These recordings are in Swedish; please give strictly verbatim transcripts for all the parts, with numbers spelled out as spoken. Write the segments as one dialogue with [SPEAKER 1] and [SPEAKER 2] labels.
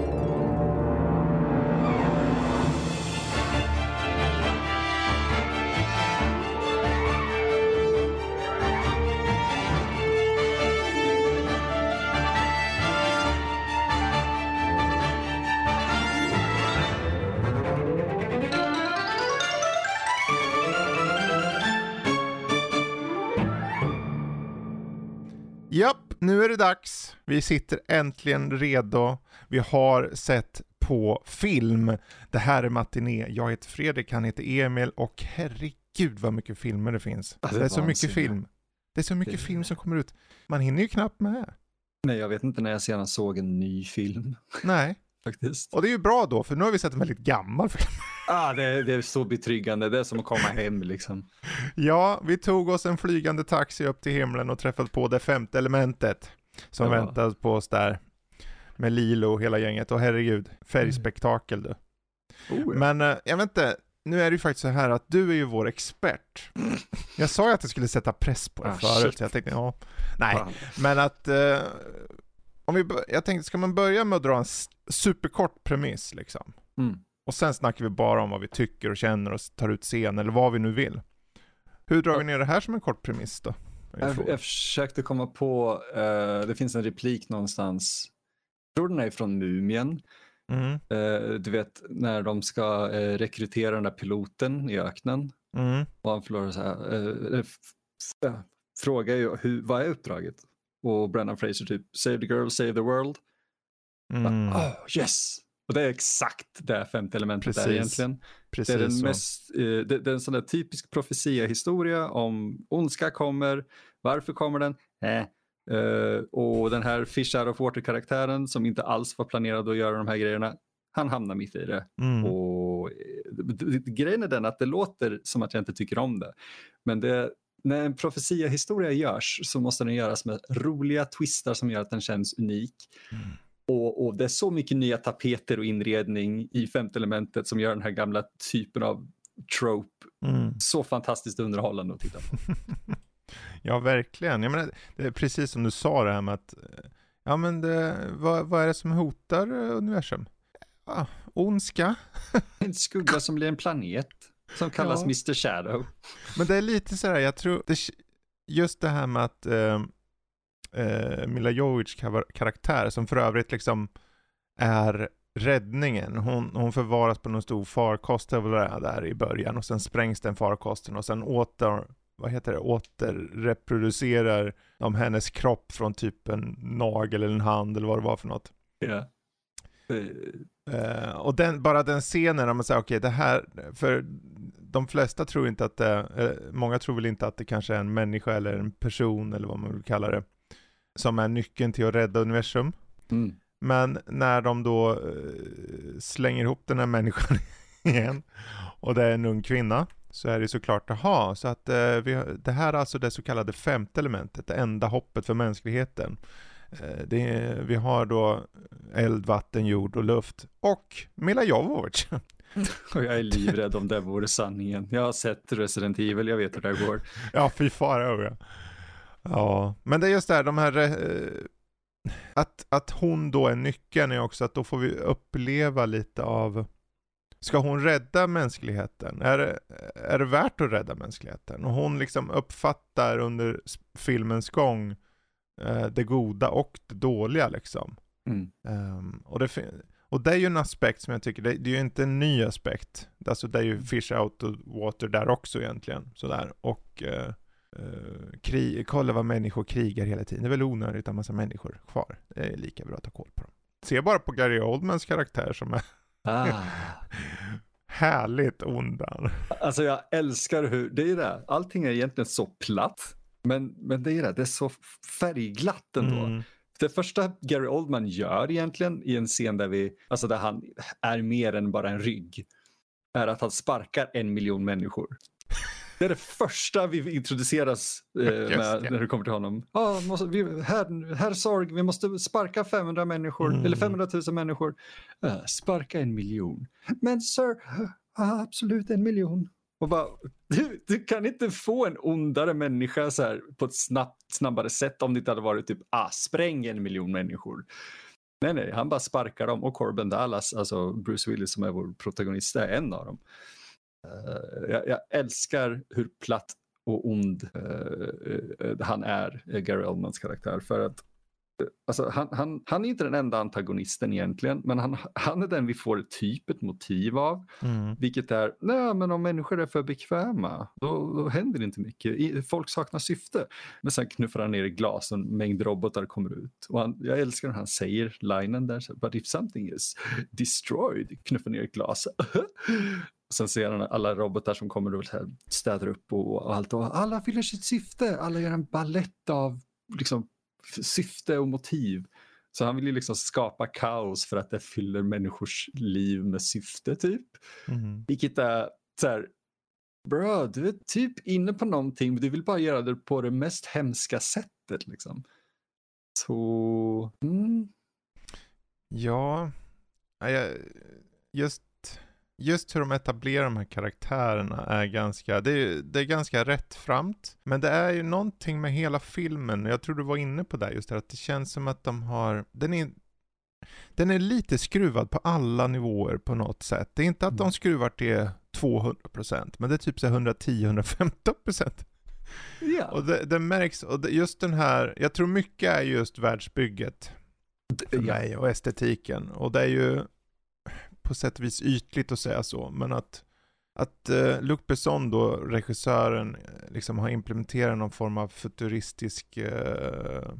[SPEAKER 1] Japp, nu är det dags. Vi sitter äntligen redo. Vi har sett på film. Det här är Matiné. Jag heter Fredrik, han heter Emil och herregud vad mycket filmer det finns. Alltså, det är så mycket film. Det är så mycket det... film som kommer ut. Man hinner ju knappt med.
[SPEAKER 2] Nej, jag vet inte när jag senast såg en ny film.
[SPEAKER 1] Nej.
[SPEAKER 2] Faktiskt.
[SPEAKER 1] Och det är ju bra då, för nu har vi sett en väldigt gammal film.
[SPEAKER 2] Ah, det, det är så betryggande. Det är som att komma hem liksom.
[SPEAKER 1] Ja, vi tog oss en flygande taxi upp till himlen och träffade på det femte elementet som ja. väntade på oss där. Med Lilo och hela gänget. Och herregud, färgspektakel du. Mm. Oh, ja. Men äh, jag vet inte, nu är det ju faktiskt så här att du är ju vår expert. Jag sa ju att jag skulle sätta press på dig ah, förut. Så jag tänkte, ja, nej. Ah. Men att... Äh, om vi, jag tänkte, ska man börja med att dra en superkort premiss liksom. Mm. Och sen snackar vi bara om vad vi tycker och känner och tar ut scen eller vad vi nu vill. Hur drar ja. vi ner det här som en kort premiss då?
[SPEAKER 2] Jag, jag, jag försökte komma på, uh, det finns en replik någonstans. Jag tror den är från Mumien. Mm. Uh, du vet, när de ska uh, rekrytera den där piloten i öknen. Mm. Och han förlorar så här. Uh, uh, f- frågar ju, hur, vad är uppdraget? Och Brendan Fraser typ, save the girl, save the world. Mm. Oh, yes! Och det är exakt det femte elementet Precis. Där egentligen. Precis det är den så. mest, eh, det, det är en sån där typisk profetia-historia om ondska kommer, varför kommer den? Eh. Uh, och den här Fish Out of Water-karaktären som inte alls var planerad att göra de här grejerna, han hamnar mitt i det. Mm. Och eh, grejen är den att det låter som att jag inte tycker om det. Men det när en profetia-historia görs så måste den göras med roliga twistar som gör att den känns unik. Mm. Och, och det är så mycket nya tapeter och inredning i femte elementet som gör den här gamla typen av trope mm. så fantastiskt underhållande att titta på.
[SPEAKER 1] Ja, verkligen. Jag menar, det är precis som du sa det här med att ja, men det, vad, vad är det som hotar universum? Ja, ondska.
[SPEAKER 2] En skugga som blir en planet. Som kallas ja. mister Shadow.
[SPEAKER 1] Men det är lite så här, jag tror det, just det här med att äh, äh, Mila Jovovich karaktär som för övrigt liksom är räddningen. Hon, hon förvaras på någon stor farkost där i början och sen sprängs den farkosten och sen åter, vad heter det, återreproducerar de hennes kropp från typ en nagel eller en hand eller vad det var för något.
[SPEAKER 2] Ja. Yeah.
[SPEAKER 1] Uh, och den, bara den scenen om man säger okej, okay, det här, för de flesta tror inte att det, uh, många tror väl inte att det kanske är en människa eller en person eller vad man vill kalla det som är nyckeln till att rädda universum. Mm. Men när de då uh, slänger ihop den här människan igen och det är en ung kvinna så är det såklart aha, så att uh, vi, det här är alltså det så kallade femte elementet, det enda hoppet för mänskligheten. Det är, vi har då eld, vatten, jord och luft och Mila Jovovich.
[SPEAKER 2] Och jag är livrädd om det vore sanningen. Jag har sett Resident Evil, jag vet hur det går.
[SPEAKER 1] Ja, fy fara. Ja. Ja, men det är just det här, de här eh, att, att hon då är nyckeln är också att då får vi uppleva lite av, ska hon rädda mänskligheten? Är det, är det värt att rädda mänskligheten? Och hon liksom uppfattar under filmens gång det goda och det dåliga liksom. Mm. Um, och, det, och det är ju en aspekt som jag tycker, det, det är ju inte en ny aspekt. Alltså det är ju Fish Out of Water där också egentligen. Sådär. Och uh, uh, krig, kolla vad människor krigar hela tiden. Det är väl onödigt att ha massa människor kvar. Det är lika bra att ta koll på dem. Se bara på Gary Oldmans karaktär som är ah. härligt ondan.
[SPEAKER 2] Alltså jag älskar hur, det är det. Allting är egentligen så platt. Men, men det är det, det är så färgglatt ändå. Mm. Det första Gary Oldman gör egentligen i en scen där vi, alltså där han är mer än bara en rygg, är att han sparkar en miljon människor. Det är det första vi introduceras eh, med, yeah. när det kommer till honom. Ah, måste, vi, här, här sorg, vi måste sparka femhundra människor, mm. eller femhundratusen människor. Uh, sparka en miljon. Men sir, uh, absolut en miljon. Och bara, du, du kan inte få en ondare människa så här på ett snabbt, snabbare sätt om det inte hade varit typ, ah, spräng en miljon människor. Nej, nej, han bara sparkar dem och Corbin Dallas, alltså Bruce Willis som är vår protagonist, är en av dem. Uh, jag, jag älskar hur platt och ond uh, uh, han är, Gary Oldmans karaktär, för att alltså, han, han, han är inte den enda antagonisten egentligen, men han, han är den vi får typ ett motiv av, mm. vilket är, nej men om människor är för bekväma då, då händer det inte mycket, folk saknar syfte, men sen knuffar han ner i glas och en mängd robotar kommer ut, och han, jag älskar när han säger linen där, but if something is destroyed, knuffar ner i glas. Sen ser han alla robotar som kommer och städar upp och, och allt, och alla fyller sitt syfte, alla gör en ballett av liksom syfte och motiv. Så han vill ju liksom skapa kaos för att det fyller människors liv med syfte typ. Mm. Vilket är så här, bro, du är typ inne på någonting, men du vill bara göra det på det mest hemska sättet liksom. Så mm.
[SPEAKER 1] Ja, just Just hur de etablerar de här karaktärerna är ganska, det är, det är ganska rättframt. Men det är ju någonting med hela filmen, jag tror du var inne på det just det, att det känns som att de har, den är, den är lite skruvad på alla nivåer på något sätt. Det är inte att de skruvar till tvåhundra procent, men det är typ så hundratio till hundrafemton procent. Yeah. Och det, det märks, och det, just den här, jag tror mycket är just världsbygget för mig yeah. och estetiken. Och det är ju på sätt och vis ytligt att säga så, men att att uh, Luc Besson då, regissören, liksom har implementerat någon form av futuristisk uh,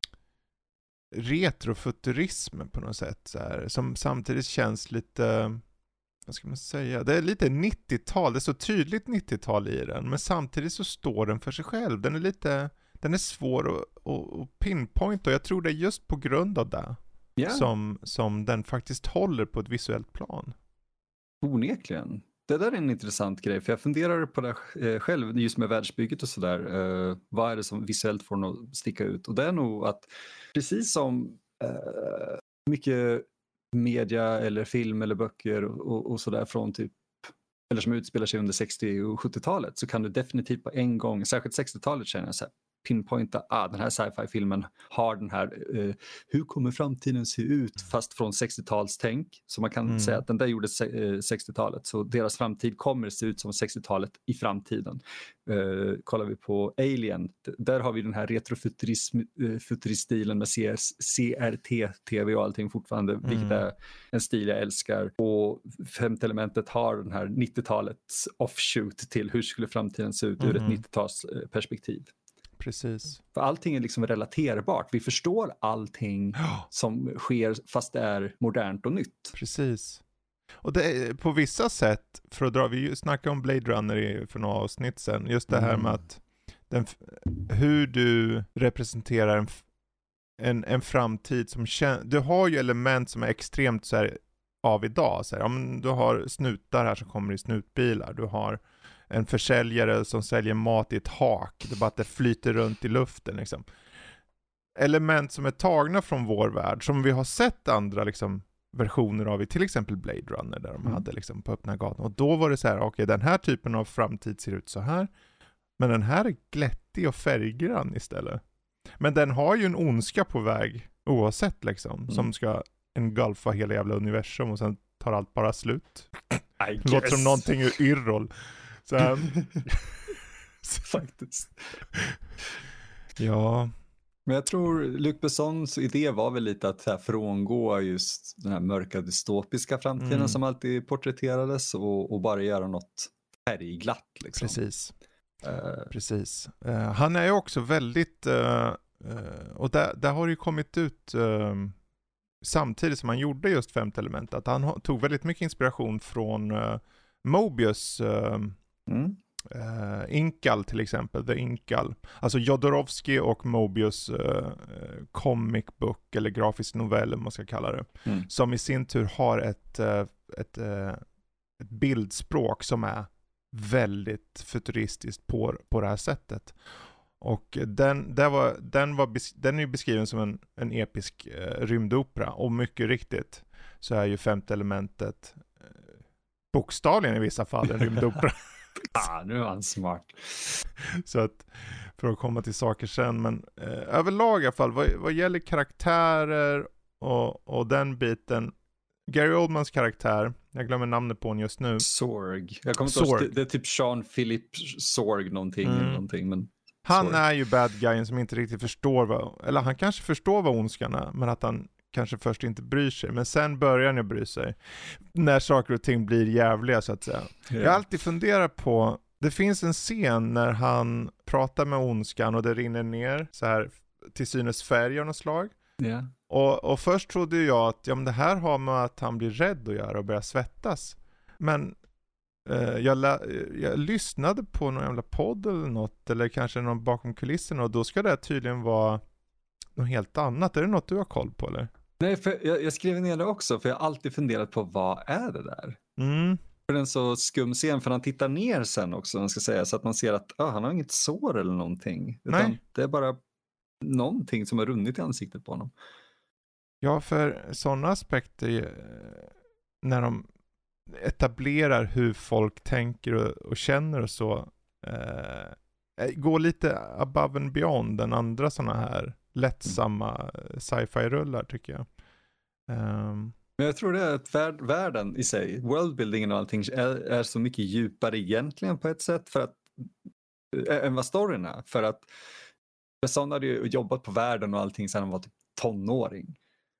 [SPEAKER 1] retrofuturism på något sätt så här, som samtidigt känns lite, vad ska man säga, det är lite nittiotal, det är så tydligt nittiotal i den, men samtidigt så står den för sig själv, den är lite, den är svår att, att, att pinpointa, och jag tror det är just på grund av det yeah. som, som den faktiskt håller på ett visuellt plan.
[SPEAKER 2] Onekligen. Det där är en intressant grej, för jag funderar på det eh, själv, just med världsbygget och sådär. Eh, vad är det som visuellt får den att sticka ut? Och det är nog att, precis som eh, mycket media eller film eller böcker och, och, och sådär från typ, eller som utspelar sig under sextio- och sjuttiotalet, så kan du definitivt på en gång, särskilt sextiotalet, känner jag så här, pinpointa, ah, den här sci-fi-filmen har den här, eh, hur kommer framtiden se ut, fast från sextiotalstänk, så man kan mm. säga att den där gjorde sextiotalet, så deras framtid kommer se ut som sextiotalet i framtiden. Eh, kollar vi på Alien, d- där har vi den här retrofuturiststilen med C R T-tv och allting fortfarande, mm. vilket är en stil jag älskar, och Femte elementet har den här nittiotalets offshoot till hur skulle framtiden se ut mm. ur ett nittiotalsperspektiv.
[SPEAKER 1] Precis.
[SPEAKER 2] För allting är liksom relaterbart. Vi förstår allting oh. som sker fast det är modernt och nytt.
[SPEAKER 1] Precis. Och det är, på vissa sätt, för att dra, vi snackade om Blade Runner i, för några avsnitt sedan, just det här mm. med att den, hur du representerar en, en, en framtid som känns, du har ju element som är extremt så här, av idag. Så här, om du har snutar här som kommer i snutbilar, du har en försäljare som säljer mat i ett hak. Det är bara att det flyter runt i luften. Liksom. Element som är tagna från vår värld. Som vi har sett andra liksom, versioner av i till exempel Blade Runner. Där de mm. hade liksom, på öppna gatan. Och då var det så här, okej, okay, den här typen av framtid ser ut så här. Men den här är glättig och färggrann istället. Men den har ju en ondska på väg oavsett liksom. Mm. Som ska engulfa hela jävla universum och sen tar allt bara slut. Det låter som någonting ur Yrrol. Så,
[SPEAKER 2] faktiskt.
[SPEAKER 1] Ja.
[SPEAKER 2] Men jag tror Luc Bessons idé var väl lite att här, frångå just den här mörka dystopiska framtiden mm. som alltid porträtterades och, och bara göra något färgglatt. Liksom.
[SPEAKER 1] Precis. Uh. Precis. Uh, han är ju också väldigt uh, uh, och där, där har det ju kommit ut uh, samtidigt som han gjorde just Femte element, att han tog väldigt mycket inspiration från uh, Mobius uh, Mm. Uh, Inkal till exempel, The Inkal. Alltså Jodorowsky och Mobius uh, comic book eller grafisk novell, man ska kalla det. Mm. Som i sin tur har ett, uh, ett, uh, ett bildspråk som är väldigt futuristiskt på, på det här sättet. Och den, där var, den, var bes- den är ju beskriven som en, en episk uh, rymdopera. Och mycket riktigt så är ju Femte elementet uh, bokstavligen i vissa fall en rymdopera.
[SPEAKER 2] Ah, nu är han smart.
[SPEAKER 1] Så att, för att komma till saker sen, men eh, överlag i alla fall, vad, vad gäller karaktärer och, och den biten. Gary Oldmans karaktär, jag glömmer namnet på honom just nu.
[SPEAKER 2] Sorg. Jag kommer inte ihåg, det är typ Sean Philip Sorg någonting mm. eller någonting. Men
[SPEAKER 1] han
[SPEAKER 2] Sorg.
[SPEAKER 1] är ju bad guyen som inte riktigt förstår vad, eller han kanske förstår vad ondskan är, men att han kanske först inte bryr sig. Men sen börjar han ju bry sig. När saker och ting blir jävliga så att säga. Yeah. Jag har alltid funderat på, det finns en scen när han pratar med ondskan och det rinner ner så här till synes färg av något slag.
[SPEAKER 2] Yeah.
[SPEAKER 1] Och, och först trodde jag att ja, men det här har med att han blir rädd att göra och börjar svettas. Men eh, jag, la, jag lyssnade på någon jävla podd eller något, eller kanske någon bakom kulisserna, och då ska det tydligen vara något helt annat. Är det något du har koll på eller?
[SPEAKER 2] Nej, för jag, jag skrev ner det också, för jag har alltid funderat på vad är det där?
[SPEAKER 1] Mm.
[SPEAKER 2] För den så skum scen, för han tittar ner sen också, man ska säga, så att man ser att oh, han har inget sår eller någonting. Utan
[SPEAKER 1] Nej.
[SPEAKER 2] Det är bara någonting som har runnit i ansiktet på honom.
[SPEAKER 1] Ja, för sådana aspekter när de etablerar hur folk tänker och, och känner och så eh, går lite above and beyond den andra sådana här lättsamma sci-fi-rullar tycker jag. Um.
[SPEAKER 2] Men jag tror det är att värld, världen i sig, worldbuildingen och allting är, är så mycket djupare egentligen på ett sätt för att än vad storyn är. För att Besson hade ju jobbat på världen och allting sedan han var typ tonåring.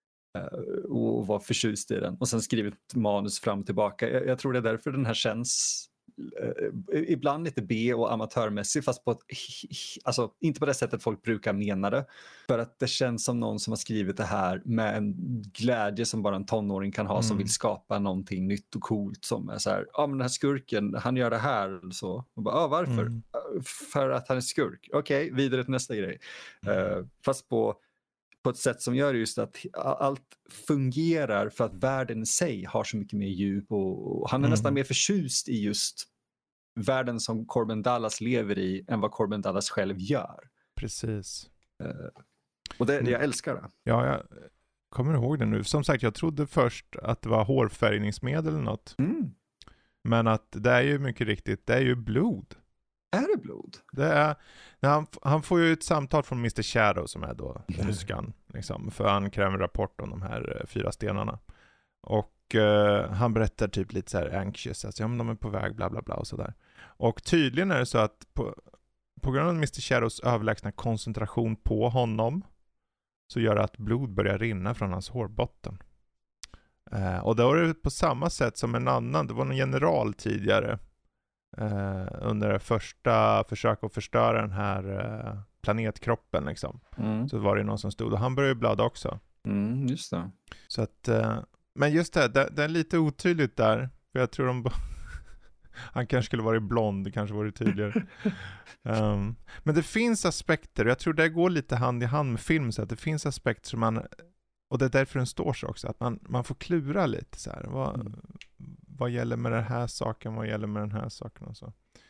[SPEAKER 2] Och var förtjust i den. Och sen skrivit manus fram och tillbaka. Jag, jag tror det är därför den här känns eh, ibland lite B och amatörmässig, fast på ett, alltså inte på det sättet folk brukar mena det. För att det känns som någon som har skrivit det här med en glädje som bara en tonåring kan ha, mm. som vill skapa någonting nytt och coolt som är så här, ja ah, men den här skurken, han gör det här och så. Och bara, ah, varför? Mm. För att han är skurk. Okej, okay, vidare till nästa grej. Mm. Uh, fast på på ett sätt som gör just att allt fungerar för att världen i sig har så mycket mer djup, och, och han är mm. nästan mer förtjust i just världen som Corbin Dallas lever i än vad Corbin Dallas själv gör.
[SPEAKER 1] Precis.
[SPEAKER 2] Uh, och det, jag älskar det.
[SPEAKER 1] Ja, jag kommer ihåg det nu. Som sagt, jag trodde först att det var hårfärgningsmedel eller något.
[SPEAKER 2] Mm.
[SPEAKER 1] Men att det är ju mycket riktigt, det är ju blod.
[SPEAKER 2] Är det blod?
[SPEAKER 1] Det är, han, han får ju ett samtal från mister Shadow som är då ondskan. Liksom, för han kräver en rapport om de här uh, fyra stenarna. Och uh, han berättar typ lite så här anxious. Alltså, ja, men de är på väg, bla bla bla och sådär. Och tydligen är det så att på, på grund av mister Shadows överlägsna koncentration på honom så gör det att blod börjar rinna från hans hårbotten. Uh, och då är det på samma sätt som en annan. Det var en general tidigare. Uh, under det första försök att förstöra den här uh, planetkroppen liksom. Mm. Så var det någon som stod och han började blöda också.
[SPEAKER 2] Mm, just det.
[SPEAKER 1] Så att, uh, men just det, det, det är lite otydligt där. För jag tror de han kanske skulle varit blond, det kanske vore tydligare. um, men det finns aspekter, och jag tror det går lite hand i hand med film, så att det finns aspekter som man, och det är därför den står så också, att man, man får klura lite så här. Vad, mm. vad gäller med den här saken, vad gäller med den här saken och så.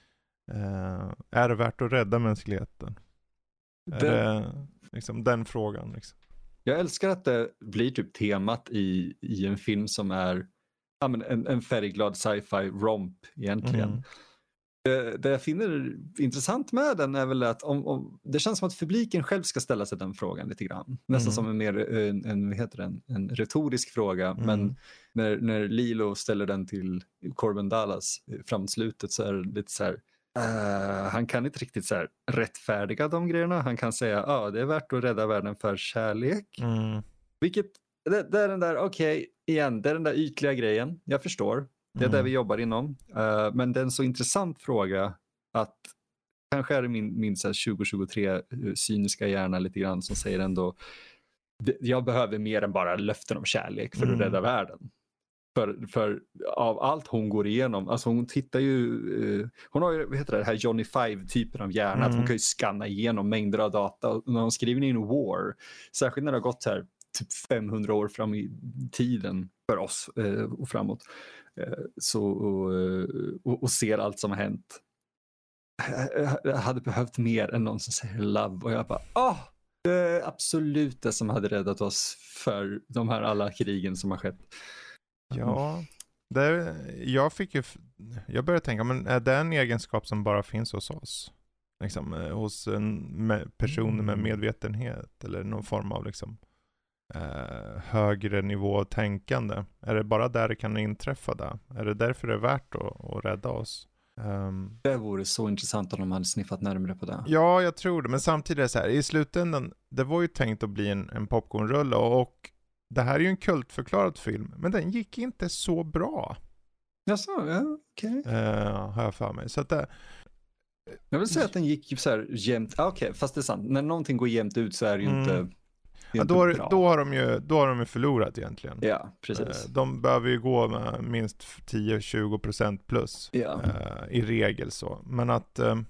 [SPEAKER 1] Uh, är det värt att rädda mänskligheten? Det... Är det liksom den frågan liksom?
[SPEAKER 2] Jag älskar att det blir typ temat i, i en film som är ja, men en, en färgglad sci-fi romp egentligen. Mm. Det, det jag finner intressant med den är väl att om, om, det känns som att publiken själv ska ställa sig den frågan lite grann. Nästan mm. som en mer en, en, vad heter det, en, en retorisk fråga. Mm. Men när, när Lilo ställer den till Corbin Dallas framåt slutet så är det lite så här. Uh, han kan inte riktigt så här rättfärdiga de grejerna. Han kan säga ja ah, det är värt att rädda världen för kärlek.
[SPEAKER 1] Mm.
[SPEAKER 2] Vilket, det, det är den där, okej, okay, igen, det är den där ytliga grejen. Jag förstår. Det är mm. där vi jobbar inom. Uh, men det är en så intressant fråga att kanske är det min, min så här tjugo tjugotre cyniska hjärna lite grann som säger ändå jag behöver mer än bara löften om kärlek för att mm. rädda världen. För, för av allt hon går igenom, alltså hon tittar ju, uh, hon har ju, vad heter det, det här Johnny Five-typen av hjärna, mm. att hon kan ju scanna igenom mängder av data, och när hon skriver in War, särskilt när det har gått här typ femhundra år fram i tiden för oss uh, och framåt, uh, så, och, och, och ser allt som har hänt. Jag hade behövt mer än någon som säger love, och jag bara, åh! Oh! Det är absolut det som hade räddat oss för de här alla krigen som har skett.
[SPEAKER 1] Ja, det, jag fick ju, jag började tänka, men är det en egenskap som bara finns hos oss? Liksom, hos en med, personer med medvetenhet eller någon form av liksom eh, högre nivå tänkande? Är det bara där det kan inträffa där? Är det därför det är värt att, att rädda oss? Um,
[SPEAKER 2] det vore så intressant om de hade sniffat närmare på det.
[SPEAKER 1] Ja, jag tror det. Men samtidigt är det så här, i slutändan, det var ju tänkt att bli en, en popcornrulle, och det här är ju en kultförklarad film, men den gick inte så bra.
[SPEAKER 2] Jaså, ja, okej. Okay.
[SPEAKER 1] Uh, har jag för mig. Så att det,
[SPEAKER 2] jag vill säga att den gick så här jämnt. Ah, okej, okay, fast det är sant. När någonting går jämnt ut så är det ju mm. inte, det är
[SPEAKER 1] ja,
[SPEAKER 2] inte
[SPEAKER 1] då,
[SPEAKER 2] bra.
[SPEAKER 1] Då har de ju då har de ju förlorat egentligen.
[SPEAKER 2] Ja, precis.
[SPEAKER 1] Uh, de behöver ju gå med minst tio till tjugo procent plus.
[SPEAKER 2] Ja.
[SPEAKER 1] Uh, i regel så. Men att uh,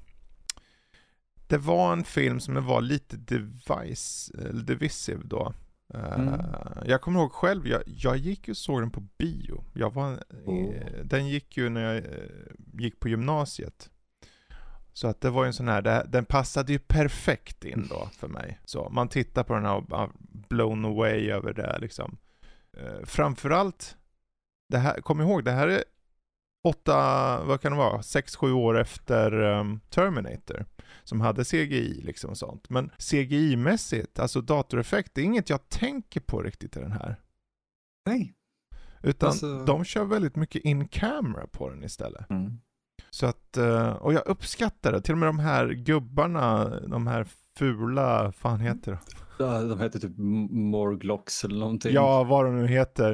[SPEAKER 1] det var en film som var lite device, uh, divisive då. Uh, mm. Jag kommer ihåg själv, jag, jag gick och såg den på bio. Jag var, oh. eh, den gick ju när jag eh, gick på gymnasiet. Så att det var ju en sån här, det, den passade ju perfekt in då för mig. Så man tittar på den här och uh, blown away över det liksom. Uh, framförallt, det här, kom ihåg, det här är åtta, vad kan det vara, sex, sju år efter um, Terminator. Som hade C G I liksom sånt. Men C G I-mässigt, alltså datoreffekt, det är inget jag tänker på riktigt i den här.
[SPEAKER 2] Nej.
[SPEAKER 1] Utan
[SPEAKER 2] alltså...
[SPEAKER 1] de kör väldigt mycket in-camera på den istället.
[SPEAKER 2] Mm.
[SPEAKER 1] Så att, och jag uppskattar det. Till och med de här gubbarna, de här fula, fan heter det?
[SPEAKER 2] Ja, de heter typ Morglocks eller någonting.
[SPEAKER 1] Ja, vad de nu heter.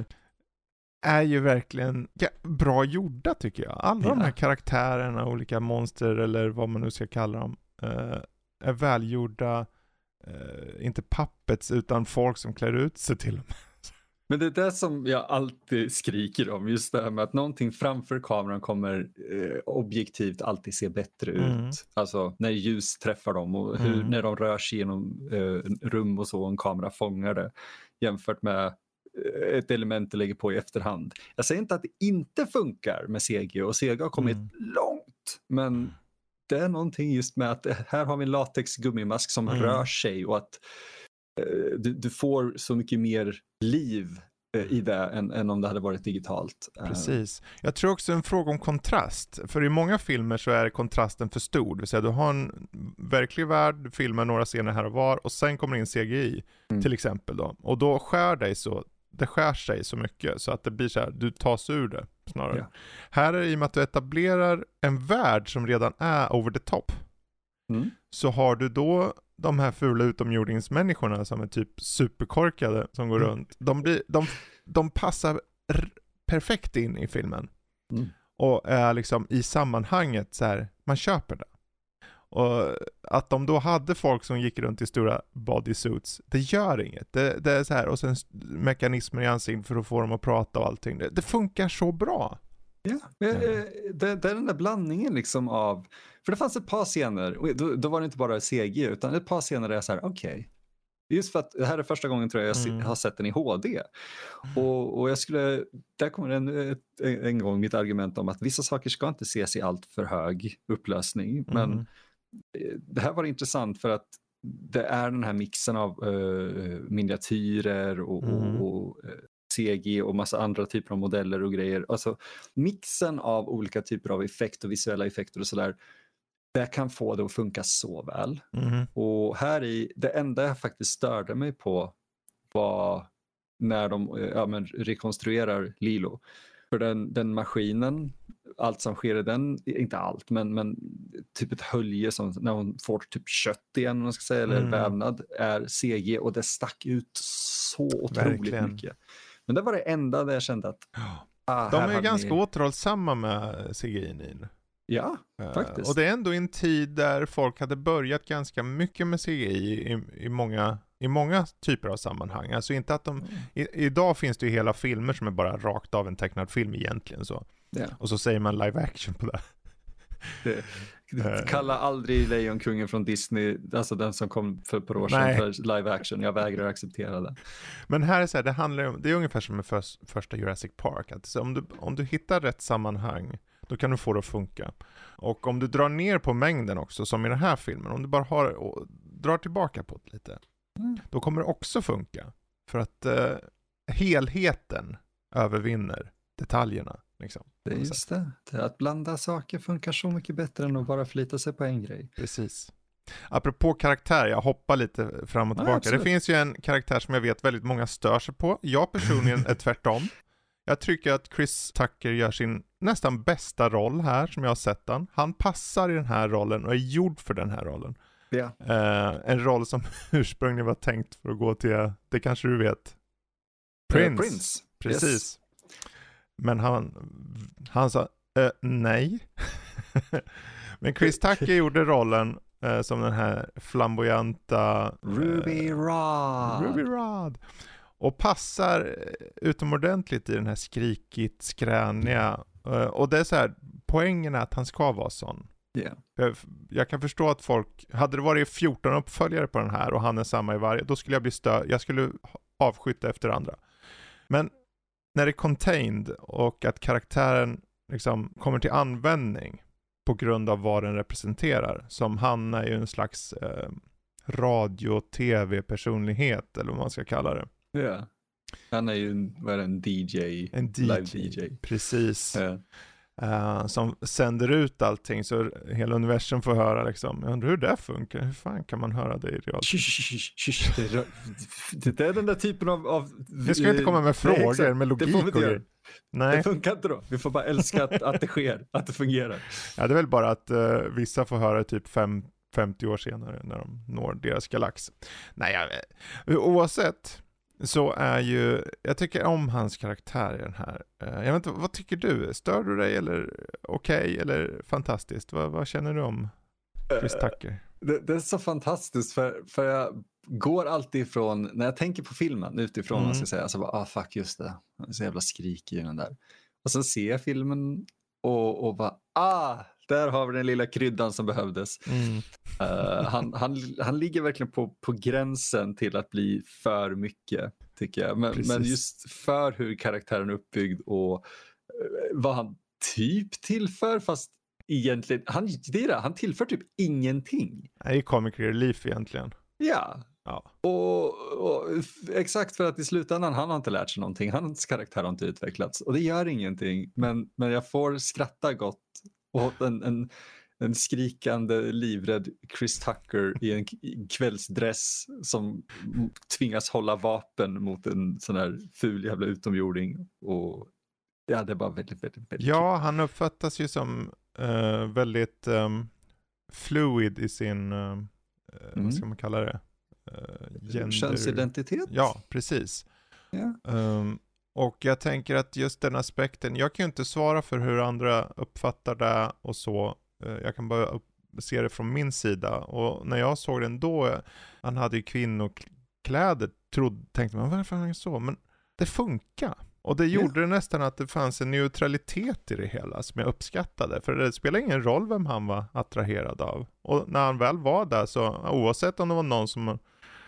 [SPEAKER 1] Är ju verkligen ja, bra gjorda tycker jag. Alla ja. de här karaktärerna, olika monster eller vad man nu ska kalla dem, uh, är välgjorda. Uh, inte puppets utan folk som klär ut sig till dem.
[SPEAKER 2] Men det är det som jag alltid skriker om. Just det här med att någonting framför kameran kommer eh, objektivt alltid se bättre mm. ut. Alltså när ljus träffar dem och hur, mm. när de rör sig genom eh, rum och så och en kamera fångar det. Jämfört med ett element du lägger på i efterhand. Jag säger inte att det inte funkar med C G och C G har kommit mm. långt, men det är någonting just med att här har vi en latex gummimask som mm. rör sig och att eh, du, du får så mycket mer liv eh, i det än, än om det hade varit digitalt.
[SPEAKER 1] Precis. Jag tror också en fråga om kontrast, för i många filmer så är kontrasten för stor, det vill säga du har en verklig värld, filmar några scener här och var och sen kommer in C G I mm. till exempel då, och då skär dig så det skär sig så mycket så att det blir så här, du tas ur det snarare. Ja. Här är det i och med att du etablerar en värld som redan är over the top. Mm. Så har du då de här fula utomjordingsmänniskorna som är typ superkorkade som går mm. runt. De, blir, de, de passar r- perfekt in i filmen. Mm. Och är liksom i sammanhanget så här, man köper det. Och att de då hade folk som gick runt i stora bodysuits, det gör inget. Det, det är så här, och sen mekanismer i ansiktet för att få dem att prata och allting. Det, det funkar så bra.
[SPEAKER 2] Ja, det, det är den där blandningen liksom av, för det fanns ett par scener, då, då var det inte bara C G utan ett par scener där jag så här, okej. Okay. Just för att det här är första gången tror jag jag mm. har sett den i H D. Och, och jag skulle, där kommer en, ett, en gång mitt argument om att vissa saker ska inte ses i allt för hög upplösning. Men mm. det här var intressant för att det är den här mixen av uh, miniatyrer och, mm. och, och uh, C G och massa andra typer av modeller och grejer. Alltså mixen av olika typer av effekt och visuella effekter och sådär. Det kan få det att funka så väl. Mm. Och här i, det enda jag faktiskt störde mig på var när de ja, men, rekonstruerar Lilo. För den, den maskinen, allt som sker i den, inte allt, men, men typ ett hölje som när hon får typ kött igen, man ska säga, eller mm. vävnad, är C G och det stack ut så otroligt Verkligen. mycket. Men det var det enda där jag kände att ah,
[SPEAKER 1] de är ganska ni... återhållsamma med C G I.
[SPEAKER 2] Ja, faktiskt.
[SPEAKER 1] Uh, och det är ändå en tid där folk hade börjat ganska mycket med C G I i, i, många, i många typer av sammanhang. Alltså inte att de... Mm. I, idag finns det ju hela filmer som är bara rakt av en tecknad film egentligen så. Yeah. Och så säger man live action på det.
[SPEAKER 2] det, det kalla aldrig Lejonkungen från Disney, alltså den som kom för ett par år sedan för live action. Jag vägrar acceptera det.
[SPEAKER 1] Men här är så här, det handlar om, det är ungefär som med för, första Jurassic Park. Alltså om, du, om du hittar rätt sammanhang, då kan du få det att funka. Och om du drar ner på mängden också, som i den här filmen, om du bara har och drar tillbaka på det lite, mm. då kommer det också funka. För att eh, helheten övervinner detaljerna. Liksom.
[SPEAKER 2] Det är just det. det. Att blanda saker funkar så mycket bättre än att bara förlita sig på en grej.
[SPEAKER 1] Precis. Apropå karaktär, jag hoppar lite fram och tillbaka.
[SPEAKER 2] Ja,
[SPEAKER 1] det finns ju en karaktär som jag vet väldigt många stör sig på. Jag personligen är tvärtom. Jag tycker att Chris Tucker gör sin nästan bästa roll här som jag har sett den. Han passar i den här rollen och är gjord för den här rollen.
[SPEAKER 2] Ja.
[SPEAKER 1] Uh, en roll som ursprungligen var tänkt för att gå till, det kanske du vet, Prince.
[SPEAKER 2] Uh, Prince.
[SPEAKER 1] Precis.
[SPEAKER 2] Yes.
[SPEAKER 1] Men han, han sa uh, nej. Men Chris Tucker gjorde rollen uh, som den här flamboyanta uh,
[SPEAKER 2] Ruby Rhod.
[SPEAKER 1] Ruby Rhod. Och passar utomordentligt i den här skrikigt skräniga. Uh, och det är så här, poängen är att han ska vara sån.
[SPEAKER 2] Yeah.
[SPEAKER 1] Jag, jag kan förstå att folk, hade det varit fjorton uppföljare på den här och han är samma i varje, då skulle jag bli stö, jag skulle avskytta efter andra. Men när det är contained och att karaktären liksom kommer till användning på grund av vad den representerar, som han är ju en slags eh, radio-tv-personlighet eller vad man ska kalla det.
[SPEAKER 2] Ja. Yeah. Han är ju en, vad är det, en D J,
[SPEAKER 1] en D J,
[SPEAKER 2] live D J.
[SPEAKER 1] Precis.
[SPEAKER 2] Yeah.
[SPEAKER 1] Uh, som sänder ut allting så hela universum får höra liksom, jag undrar hur det funkar, hur fan kan man höra det i realtid?
[SPEAKER 2] Det är den där typen av, av
[SPEAKER 1] vi ska inte komma med frågor, nej, med logik och grejer. Nej.
[SPEAKER 2] Det funkar inte då, vi får bara älska att, att det sker, att det fungerar.
[SPEAKER 1] Ja, det är väl bara att uh, vissa får höra typ fem, femtio år senare när de når deras galax. Nej, jag, oavsett så är ju, jag tycker om hans karaktär i den här. Jag vet inte, vad tycker du? Stör du dig eller okej okay, eller fantastiskt? Vad, vad känner du om Chris Tucker? Uh,
[SPEAKER 2] det, det är så fantastiskt för, för jag går alltid ifrån, när jag tänker på filmen utifrån, mm. man ska säga, så bara, ah fuck just det, det är så jävla skrik i den där. Och sen ser jag filmen och, och bara, ah, där har vi den lilla kryddan som behövdes. Mm. Uh, han, han, han ligger verkligen på, på gränsen till att bli för mycket, tycker jag. Men, men just för hur karaktären är uppbyggd och uh, vad han typ tillför, fast egentligen, han, det är det, han tillför typ ingenting.
[SPEAKER 1] Det är comic relief egentligen.
[SPEAKER 2] Ja.
[SPEAKER 1] Ja.
[SPEAKER 2] Och, och exakt, för att i slutändan han har inte lärt sig någonting. Hans karaktär har inte utvecklats. Och det gör ingenting. Men, men jag får skratta gott och en, en, en skrikande, livrädd Chris Tucker i en kvällsdress som tvingas hålla vapen mot en sån här ful jävla utomjording. Och ja, det är bara väldigt, väldigt, väldigt
[SPEAKER 1] Ja,
[SPEAKER 2] kul.
[SPEAKER 1] Han uppfattas ju som uh, väldigt um, fluid i sin, uh, mm. vad ska man kalla det? Uh, gender...
[SPEAKER 2] Könsidentitet?
[SPEAKER 1] Ja, precis.
[SPEAKER 2] Ja.
[SPEAKER 1] Um, Och jag tänker att just den aspekten, jag kan ju inte svara för hur andra uppfattar det och så. Jag kan bara se det från min sida. Och när jag såg den då, han hade ju kvinnokläder, trodde, tänkte man, varför är det så? Men det funkar. Och det gjorde ja. det nästan att det fanns en neutralitet i det hela som jag uppskattade. För det spelar ingen roll vem han var attraherad av. Och när han väl var där så, oavsett om det var någon som...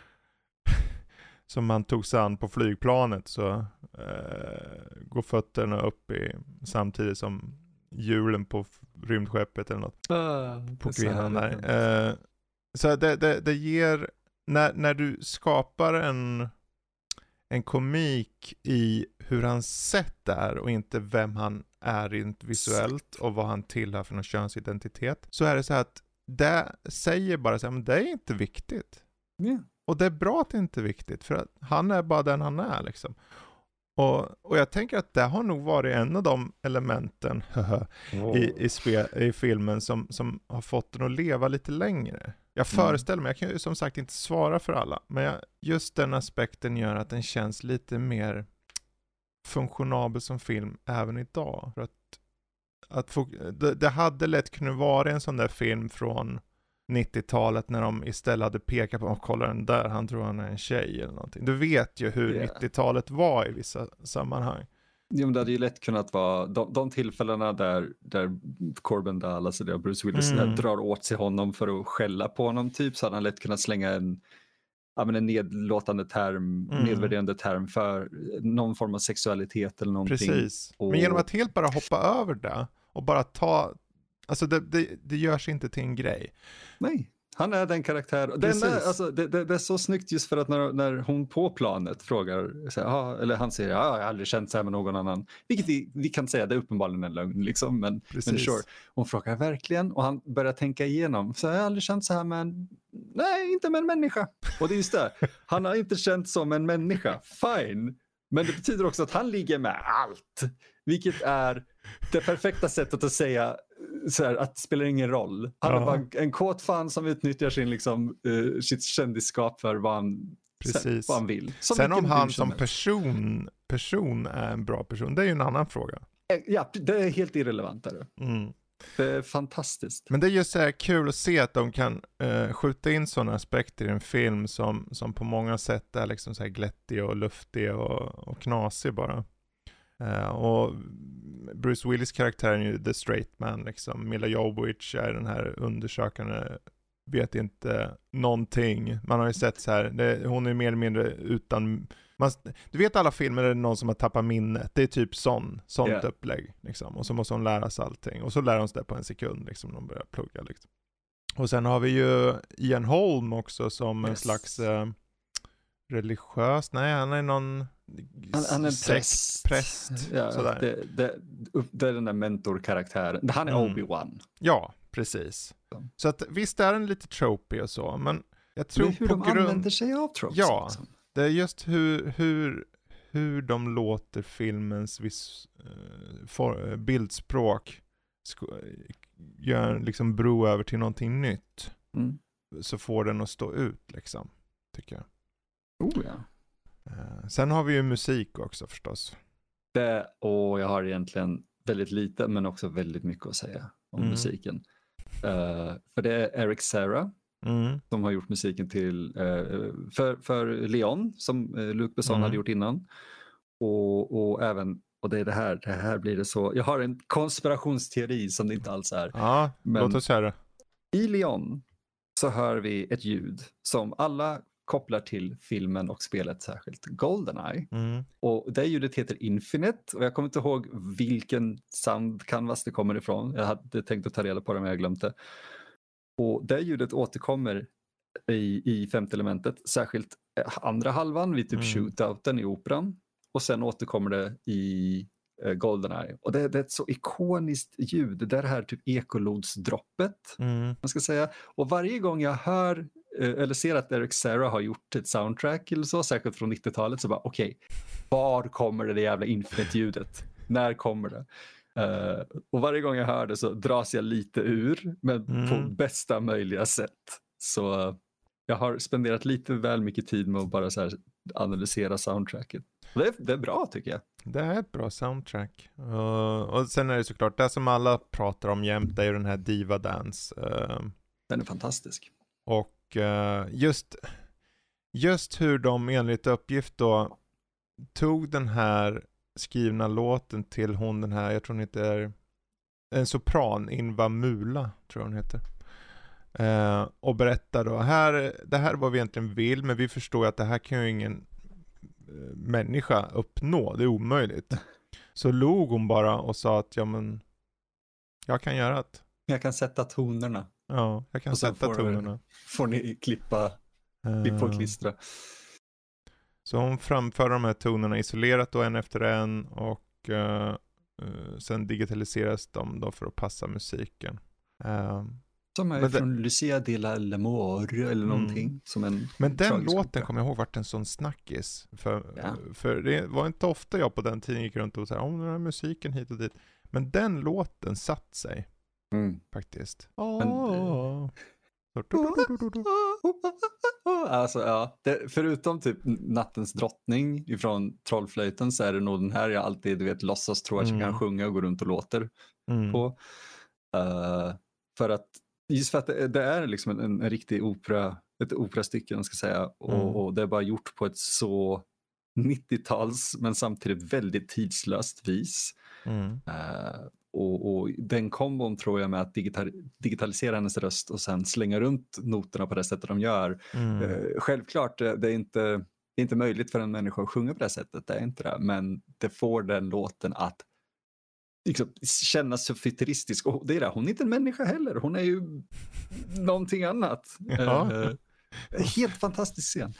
[SPEAKER 1] som man tog sig an på flygplanet så eh, går fötterna upp i, samtidigt som hjulen på rymdskeppet eller något.
[SPEAKER 2] Uh,
[SPEAKER 1] på kvinnan där. Eh, så det, det, det ger, när, när du skapar en, en komik i hur hans sätt är och inte vem han är rent visuellt och vad han tillhör för någon könsidentitet, så är det så här att det säger bara så här, men det är inte viktigt.
[SPEAKER 2] Yeah.
[SPEAKER 1] Och det är bra att det inte är viktigt, för att han är bara den han är liksom. Och, och jag tänker att det har nog varit en av de elementen oh. i, i, spe, i filmen som, som har fått den att leva lite längre. Jag föreställer mig, jag kan ju som sagt inte svara för alla, men jag, just den aspekten gör att den känns lite mer funktionabel som film även idag. För att, att få, det, det hade lätt kunnat vara en sån där film från nittiotalet när de istället hade pekat på, och kolla den där, han tror han är en tjej eller någonting. Du vet ju hur yeah. nittiotalet var i vissa sammanhang.
[SPEAKER 2] Jo, men det hade ju lätt kunnat vara de, de tillfällena där, där Corbin Dallas och Bruce Willis mm. drar åt sig honom för att skälla på honom typ, så hade han lätt kunnat slänga en, ja, men en nedlåtande term, mm. nedvärderande term för någon form av sexualitet eller någonting.
[SPEAKER 1] Precis,
[SPEAKER 2] och...
[SPEAKER 1] men genom att helt bara hoppa över det och bara ta, alltså det, det, det görs inte till en grej.
[SPEAKER 2] Nej, Han är den karaktär. Den är, alltså, det, det, det är så snyggt just för att när, när hon på planet frågar, så här, ah, eller han säger, ah, jag har aldrig känt så här med någon annan. Vilket vi, vi kan säga, det är uppenbarligen en lögn, liksom, men, men sure. Hon frågar verkligen, och han börjar tänka igenom, så jag har aldrig känt så här med en, nej, inte med en människa. Och det är just det, han har inte känt som en människa, fine. Men det betyder också att han ligger med allt. Vilket är det perfekta sättet att säga så här, att det spelar ingen roll. Han är bara en kåt fan som utnyttjar sin, liksom, uh, sitt kändisskap för vad han,
[SPEAKER 1] Precis.
[SPEAKER 2] Vad han vill.
[SPEAKER 1] Som Sen om han som person, person är en bra person, det är ju en annan fråga.
[SPEAKER 2] Ja, det är helt irrelevant där. Mm. Det är fantastiskt.
[SPEAKER 1] Men det är just så här kul att se att de kan uh, skjuta in sådana aspekter i en film som, som på många sätt är liksom så här glättig och luftig och, och knasig bara. Uh, och Bruce Willis karaktär är ju the straight man liksom. Mila Jovovich är den här undersökande, vet inte någonting. Man har ju sett så här, det, hon är mer eller mindre utan man, du vet alla filmer där det är någon som har tappat minnet. Det är typ sån, sånt yeah. upplägg liksom. Och så måste hon lära sig allting. Och så lär hon sig det på en sekund liksom, när de börjar plugga liksom. Och sen har vi ju Ian Holm också som yes. en slags uh, religiös, nej han är någon
[SPEAKER 2] han, han är en präst,
[SPEAKER 1] präst
[SPEAKER 2] ja, sådär. Det, det, det är den där mentorkaraktären, han är mm. Obi-Wan.
[SPEAKER 1] Ja, precis. Så, så att visst är den lite tropey och så, men jag tror
[SPEAKER 2] men hur
[SPEAKER 1] på
[SPEAKER 2] de
[SPEAKER 1] grund...
[SPEAKER 2] använder sig av tropes.
[SPEAKER 1] Ja,
[SPEAKER 2] liksom.
[SPEAKER 1] Det är just hur, hur, hur de låter filmens viss, uh, for, uh, bildspråk gör liksom bro över till någonting nytt. Mm. Så får den att stå ut liksom, tycker jag.
[SPEAKER 2] Oh ja.
[SPEAKER 1] Uh, sen har vi ju musik också förstås.
[SPEAKER 2] Det, och jag har egentligen väldigt lite men också väldigt mycket att säga om mm. musiken. Uh, för det är Eric Serra mm. som har gjort musiken till uh, för, för Leon som uh, Luc Besson mm. hade gjort innan. Och, och även, och det är det här, det här blir det så. Jag har en konspirationsteori som det inte alls är.
[SPEAKER 1] Ja, men låt oss höra.
[SPEAKER 2] I Leon så hör vi ett ljud som alla kopplar till filmen och spelet, särskilt GoldenEye. Mm. Och det ljudet heter Infinite och jag kommer inte ihåg vilken sound canvas det kommer ifrån. Jag hade tänkt att ta reda på det men jag glömde det. Och det ljudet återkommer i, i femte elementet, särskilt andra halvan vid typ mm. shootouten i operan. Och sen återkommer det i uh, GoldenEye. Och det, det är ett så ikoniskt ljud. Det är det här typ ekolodsdroppet. Mm. Man ska säga. Och varje gång jag hör uh, eller ser att Eric Serra har gjort ett soundtrack eller så, säkert från nittiotalet, så bara okej, okay, var kommer det, det jävla Infinite-ljudet? När kommer det? Uh, och varje gång jag hör det så dras jag lite ur, men mm. på bästa möjliga sätt. Så uh, jag har spenderat lite väl mycket tid med att bara så här analysera soundtracket. Det är, det är bra tycker jag.
[SPEAKER 1] Det är ett bra soundtrack. Uh, och sen är det såklart, det som alla pratar om jämt, det är ju den här Diva Dance. Uh,
[SPEAKER 2] den är fantastisk.
[SPEAKER 1] Och uh, just, just hur de enligt uppgift då tog den här skrivna låten till hon den här, jag tror hon heter en sopran, Inva Mula tror jag hon heter. Uh, och berättar då, här, det här är vad vi egentligen vill, men vi förstår att det här kan ju ingen uh, människa uppnå, det är omöjligt. Så log hon bara och sa att ja men jag kan göra det.
[SPEAKER 2] Jag kan sätta tonerna.
[SPEAKER 1] Ja, jag kan sätta får tonerna.
[SPEAKER 2] Får ni klippa, klippa och klistra.
[SPEAKER 1] Så hon framför de här tonerna isolerat då en efter en och uh, uh, sen digitaliseras de då för att passa musiken. Uh,
[SPEAKER 2] Som är från det... Lucia de la Lamore eller någonting. Mm. Som en
[SPEAKER 1] men den låten kommer jag ihåg vart en sån snackis. För, ja. för det var inte ofta jag på den tiden gick runt och sa om den här musiken hit och dit. Men den låten satt sig. Mm. Faktiskt. Men, oh.
[SPEAKER 2] Alltså ja, det, förutom typ Nattens drottning ifrån Trollflöjten så är det nog den här jag alltid, du vet, låtsas tro att jag mm. kan sjunga och gå runt och låter mm. på. Uh, för att just för att det, det är liksom en, en riktig opera, ett operastycke man ska säga och, mm. och det är bara gjort på ett så nittio-tals men samtidigt väldigt tidslöst vis. Mm. Uh, och, och den kombon tror jag med att digital, digitalisera hennes röst och sen slänga runt noterna på det sättet de gör. Mm. Uh, självklart, det, det, är inte, det är inte möjligt för en människa att sjunga på det sättet, det är inte det, men det får den låten att liksom, kännas så futuristisk. Och det är det, hon är inte en människa heller. Hon är ju någonting annat.
[SPEAKER 1] Ja.
[SPEAKER 2] Uh, helt fantastisk scen.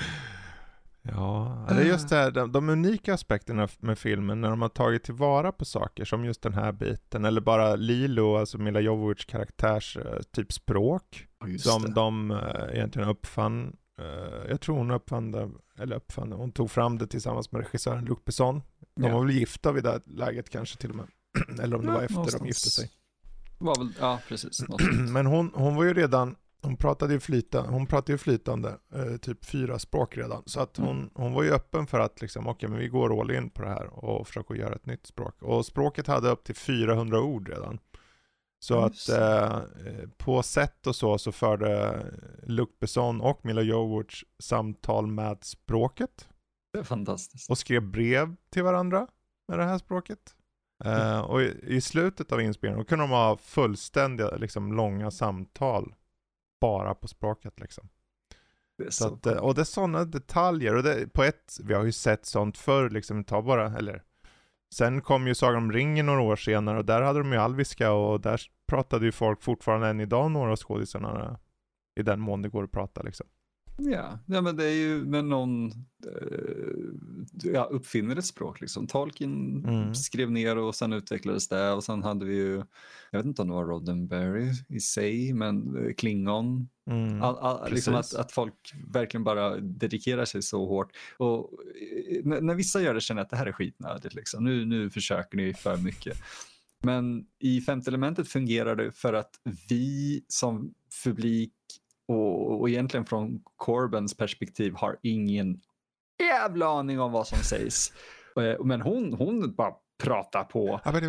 [SPEAKER 1] Ja, det är just det här, de, de unika aspekterna med filmen när de har tagit tillvara på saker som just den här biten, eller bara Lilo, alltså Mila Jovovich karaktärs typ språk, oh, som det. de äh, egentligen uppfann. Äh, jag tror hon uppfann det, eller uppfann det, hon tog fram det tillsammans med regissören Luc Besson. De ja. var väl gifta vid det läget kanske till och med, eller om det ja, var efter någonstans. De gifte sig.
[SPEAKER 2] Var väl, ja, precis.
[SPEAKER 1] Men hon, hon var ju redan Hon pratade ju flytande, hon pratade ju flytande eh, typ fyra språk redan. Så att hon, mm. hon var ju öppen för att liksom, okej, okay, men vi går all in på det här och försöker göra ett nytt språk. Och språket hade upp till fyrahundra ord redan. Så Just. att eh, på sätt och så så förde Luc Besson och Mila Jovovich samtal med språket.
[SPEAKER 2] Det är fantastiskt.
[SPEAKER 1] Och skrev brev till varandra med det här språket. Mm. Eh, och i, i slutet av inspelningen kunde de ha fullständiga liksom, långa samtal bara på språket liksom.
[SPEAKER 2] Det är
[SPEAKER 1] så
[SPEAKER 2] så
[SPEAKER 1] att, och det är sådana detaljer och det, på ett, vi har ju sett sånt förr liksom, ta bara, eller sen kom ju Sagan om ringen några år senare och där hade de ju alviska och där pratade ju folk fortfarande än idag, några skådisarna i den mån det går att prata liksom.
[SPEAKER 2] Ja, ja men det är ju när någon uh, ja, uppfinner ett språk liksom. Tolkien mm. skrev ner och sen utvecklades det och sen hade vi ju, jag vet inte om det var Roddenberry i sig, men uh, Klingon. Mm. All, all, liksom att, att folk verkligen bara dedikerar sig så hårt. Och uh, när, när vissa gör det känner jag att det här är skitnödigt liksom. Nu, nu försöker ni för mycket. Men i Femte elementet fungerar det för att vi som publik Och, och egentligen från Corbens perspektiv har ingen jävla aning om vad som sägs. Men hon, hon bara pratar på. Ja,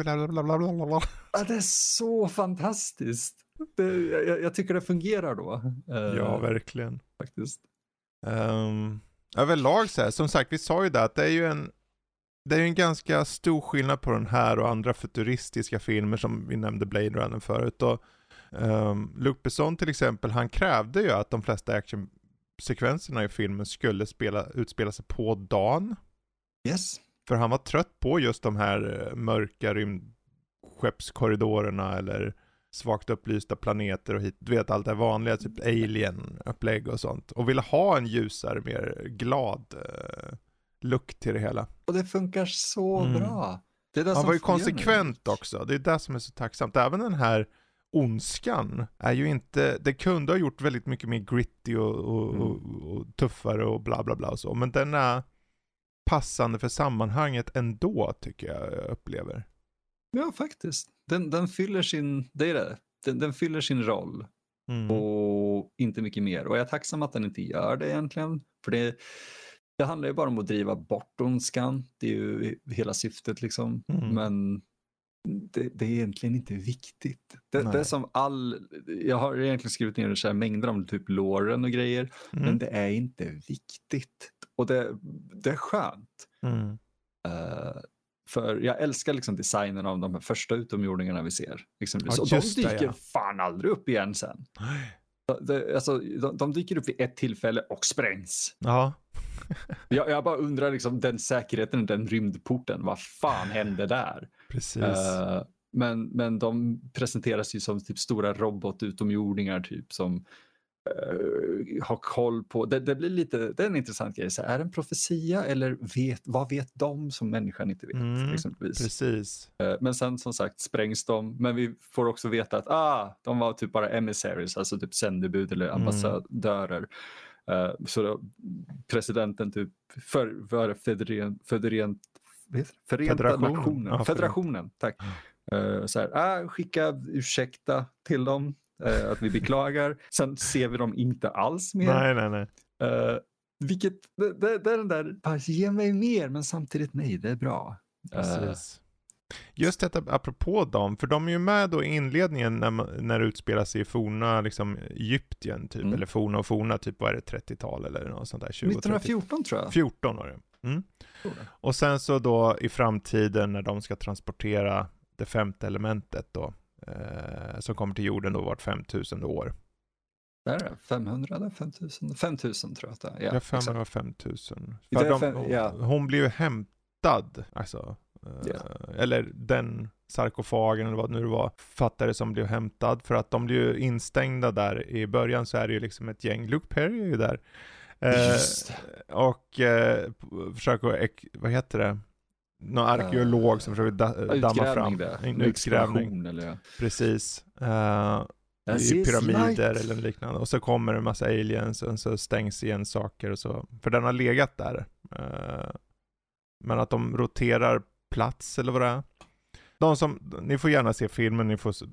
[SPEAKER 2] det är så fantastiskt. Det, jag, jag tycker det fungerar då.
[SPEAKER 1] Ja, verkligen.
[SPEAKER 2] Faktiskt.
[SPEAKER 1] Um, överlag så här, som sagt, vi sa ju det att det är ju en det är ju en ganska stor skillnad på den här och andra futuristiska filmer som vi nämnde Blade Runner förut. Och Um, Luc Besson till exempel, han krävde ju att de flesta actionsekvenserna i filmen skulle spela, utspela sig på dagen.
[SPEAKER 2] Yes.
[SPEAKER 1] För han var trött på just de här uh, mörka rymdskeppskorridorerna eller svagt upplysta planeter och hit, du vet allt det vanliga, typ alien-upplägg och sånt. Och ville ha en ljusare, mer glad uh, look till det hela.
[SPEAKER 2] Och det funkar så mm. bra. Det är det
[SPEAKER 1] han
[SPEAKER 2] som
[SPEAKER 1] var ju konsekvent också, det är det som är så tacksamt. Även den här ondskan är ju inte, det kunde ha gjort väldigt mycket mer gritty och, och, mm. och, och tuffare och bla bla bla och så, men den är passande för sammanhanget ändå, tycker jag, jag upplever.
[SPEAKER 2] Ja, faktiskt. Den, den fyller sin, det är det, den, den fyller sin roll mm. och inte mycket mer, och jag är tacksam att den inte gör det egentligen, för det, det handlar ju bara om att driva bort ondskan, det är ju hela syftet liksom, mm. men Det, det är egentligen inte viktigt. Det, det är som all, jag har egentligen skrivit ner så här mängder om typ låren och grejer, mm. men det är inte viktigt. Och det, det är skönt. Mm. Uh, för jag älskar liksom designen av de här första utomjordingarna vi ser. Exempelvis. Ja, och de dyker det, ja. fan aldrig upp igen sen. Det, alltså, de, de dyker upp vid ett tillfälle och sprängs.
[SPEAKER 1] Ja.
[SPEAKER 2] jag, jag bara undrar liksom, den säkerheten, den rymdporten, vad fan hände där?
[SPEAKER 1] Precis.
[SPEAKER 2] Uh, men, men de presenteras ju som typ stora robotutomjordingar typ som uh, har koll på, det, det blir lite, det är en intressant grej, så är det en profetia eller vet, vad vet de som människan inte vet mm, exempelvis.
[SPEAKER 1] Precis.
[SPEAKER 2] Uh, men sen som sagt sprängs de, men vi får också veta att ah, de var typ bara emissaries, alltså typ sändebud eller ambassadörer. Mm. Uh, så då, presidenten typ för, för federent, federent Förenta
[SPEAKER 1] Federation.
[SPEAKER 2] Nationen.
[SPEAKER 1] Ja,
[SPEAKER 2] Federationen, tack. Uh, så här, ah, skicka ursäkta till dem, uh, att vi beklagar. Sen ser vi dem inte alls mer.
[SPEAKER 1] Nej, nej, nej.
[SPEAKER 2] Uh, vilket, det, det, det är den där, bara ge mig mer, men samtidigt nej, det är bra.
[SPEAKER 1] Precis. Uh, Just detta, apropå dem, för de är ju med då i inledningen när, man, när det utspelar sig i forna liksom, Egypten typ, mm. eller forna och forna, typ vad är det, trettiotal eller något sånt där, tjugo
[SPEAKER 2] nittonhundrafjorton tror jag.
[SPEAKER 1] fjorton var det. Mm. Och sen så då i framtiden när de ska transportera det femte elementet då, eh, som kommer till jorden då vart femtusen år.
[SPEAKER 2] Där är det, femhundra eller femtusen? femtusen tror jag att det är.
[SPEAKER 1] Ja, ja femhundra och femtusen.
[SPEAKER 2] För de, fem, ja.
[SPEAKER 1] Hon blir ju hämtad, alltså Yeah. Eller den sarkofagen eller vad nu det var, fattare som blev hämtad, för att de blev ju instängda där i början, så är det ju liksom ett gäng. Luke Perry är ju där. Eh, och eh, försöker, vad heter det? Någon arkeolog uh, som försöker da- damma fram
[SPEAKER 2] det.
[SPEAKER 1] en utgrävning.
[SPEAKER 2] Eller ja.
[SPEAKER 1] Precis. Uh, i pyramider eller liknande. Och så kommer en massa aliens och så stängs igen saker och så. För den har legat där. Uh, men att de roterar plats eller vad det är. De som, ni får gärna se filmen, ni får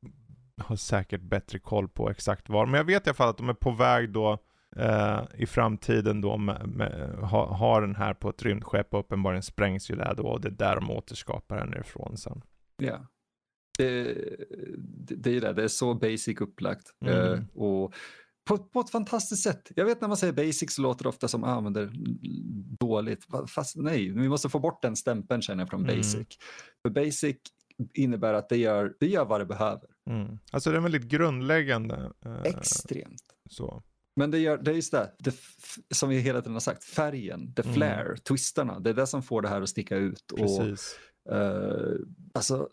[SPEAKER 1] ha säkert bättre koll på exakt var. Men jag vet i alla fall att de är på väg då Uh, i framtiden då med, med, ha, har den här på ett rymdskepp och uppenbarligen sprängs ju där då, och det är där de återskapar den ifrån sen.
[SPEAKER 2] Ja, det, det, det är det, det är så basic upplagt mm. uh, och på, på ett fantastiskt sätt. Jag vet när man säger basic så låter det ofta som ah, men det är dåligt, fast nej, vi måste få bort den stämpeln känner jag från mm. basic. För basic innebär att det gör, det gör vad det behöver.
[SPEAKER 1] Mm. Alltså det är väldigt grundläggande. Uh,
[SPEAKER 2] Extremt.
[SPEAKER 1] Så.
[SPEAKER 2] Men det, gör, det är just det, det, som vi hela tiden har sagt, färgen, the flare, mm. twistarna, det är det som får det här att sticka ut.
[SPEAKER 1] Precis.
[SPEAKER 2] Och, uh, alltså,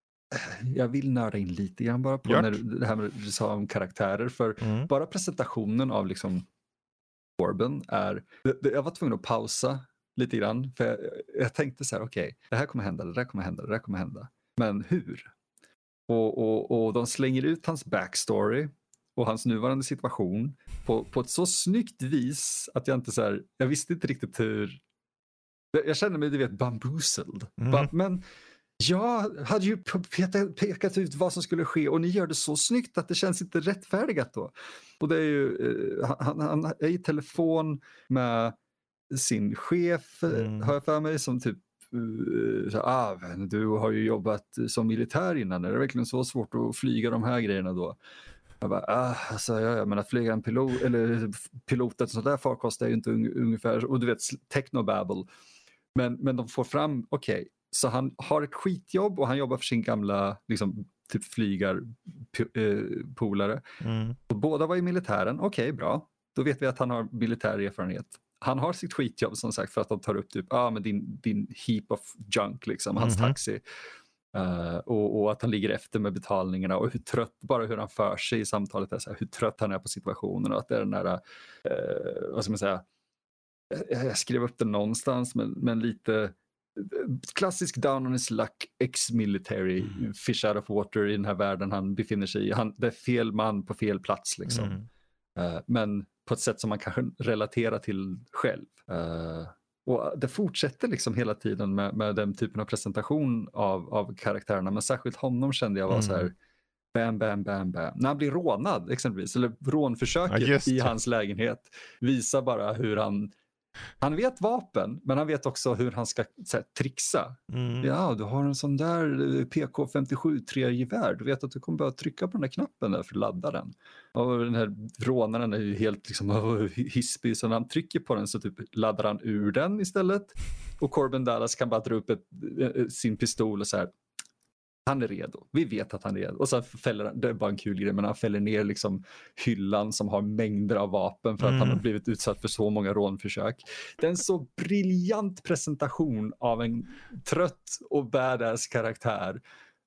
[SPEAKER 2] jag vill nörda in lite grann bara på när du, det här med, du sa om karaktärer, för mm. bara presentationen av liksom Corbin är, det, det, jag var tvungen att pausa lite grann, för jag, jag tänkte så här, okej, okay, det här kommer hända, det där kommer hända, det där kommer hända, men hur? Och, och, och de slänger ut hans backstory och hans nuvarande situation på, på ett så snyggt vis att jag inte så här, jag visste inte riktigt hur, jag kände mig, du vet, bamboozled. Mm. Ba, men jag hade ju pekat, pekat ut vad som skulle ske och ni gör det så snyggt att det känns inte rättfärdigat då. Och det är ju, han, han är i telefon med sin chef, mm. har jag för mig, som typ så, ah, du har ju jobbat som militär innan, är det verkligen så svårt att flyga de här grejerna då? Jag bara, ah, alltså, jag, jag menar, flyga en pilot, eller pilotet, så där farkost är ju inte un, ungefär, och du vet, technobabble. Men, men de får fram, okej, okay, så han har ett skitjobb och han jobbar för sin gamla, liksom, typ flygarpolare. Mm. Och båda var i militären, okej, okay, bra. Då vet vi att han har militär erfarenhet. Han har sitt skitjobb som sagt för att de tar upp typ, ah, men din, din heap of junk, liksom, hans mm-hmm. taxi. Uh, och, och att han ligger efter med betalningarna och hur trött, bara hur han för sig i samtalet är, så här, hur trött han är på situationen, och att det är den där, uh, vad ska man säga, jag, jag skrev upp det någonstans, men, men lite klassisk down on his luck ex-military mm. fish out of water i den här världen han befinner sig i. Han, det är fel man på fel plats liksom. Mm. Uh, men på ett sätt som man kanske relaterar till själv. Uh, Och det fortsätter liksom hela tiden med, med den typen av presentation av, av karaktärerna. Men särskilt honom kände jag var mm. så här, bam, bam, bam, bam. När han blir rånad exempelvis, eller rånförsöket ja, i hans lägenhet, visar bara hur han, han vet vapen, men han vet också hur han ska så här, trixa. Mm. Ja, du har en sån där P K femtiosju tre-gevär. Du vet att du kommer bara trycka på den där knappen där för att ladda den. Och den här rånaren är ju helt liksom hispig, så när han trycker på den så typ laddar han ur den istället. Och Corbin Dallas kan bara dra upp ett, sin pistol och så här, han är redo. Vi vet att han är redo. Och så fäller han, det är bara en kul grej, men han fäller ner liksom hyllan som har mängder av vapen för att mm. han har blivit utsatt för så många rånförsök. Det är en så briljant presentation av en trött och badass karaktär.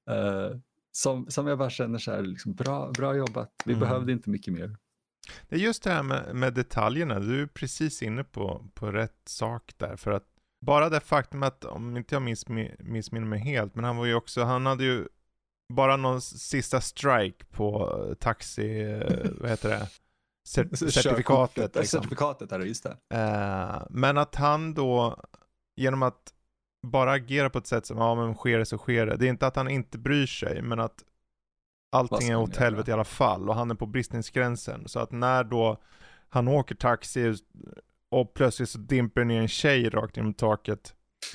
[SPEAKER 2] Uh, som, som jag bara känner så här, liksom, bra, bra jobbat. Vi mm. behövde inte mycket mer.
[SPEAKER 1] Det är just det här med, med detaljerna. Du är precis inne på, på rätt sak där. För att bara det faktum att, om inte jag miss, missminner mig helt, men han var ju också, han hade ju bara någon sista strike på taxi, vad heter det? Cert- certifikatet.
[SPEAKER 2] Liksom. Certifikatet är det, just det.
[SPEAKER 1] Uh, men att han då, genom att bara agera på ett sätt som, ja men sker det så sker det. Det är inte att han inte bryr sig, men att allting är åt helvete i alla fall. Och han är på bristningsgränsen. Så att när då han åker taxi och plötsligt så dimper ner en tjej rakt genom taket.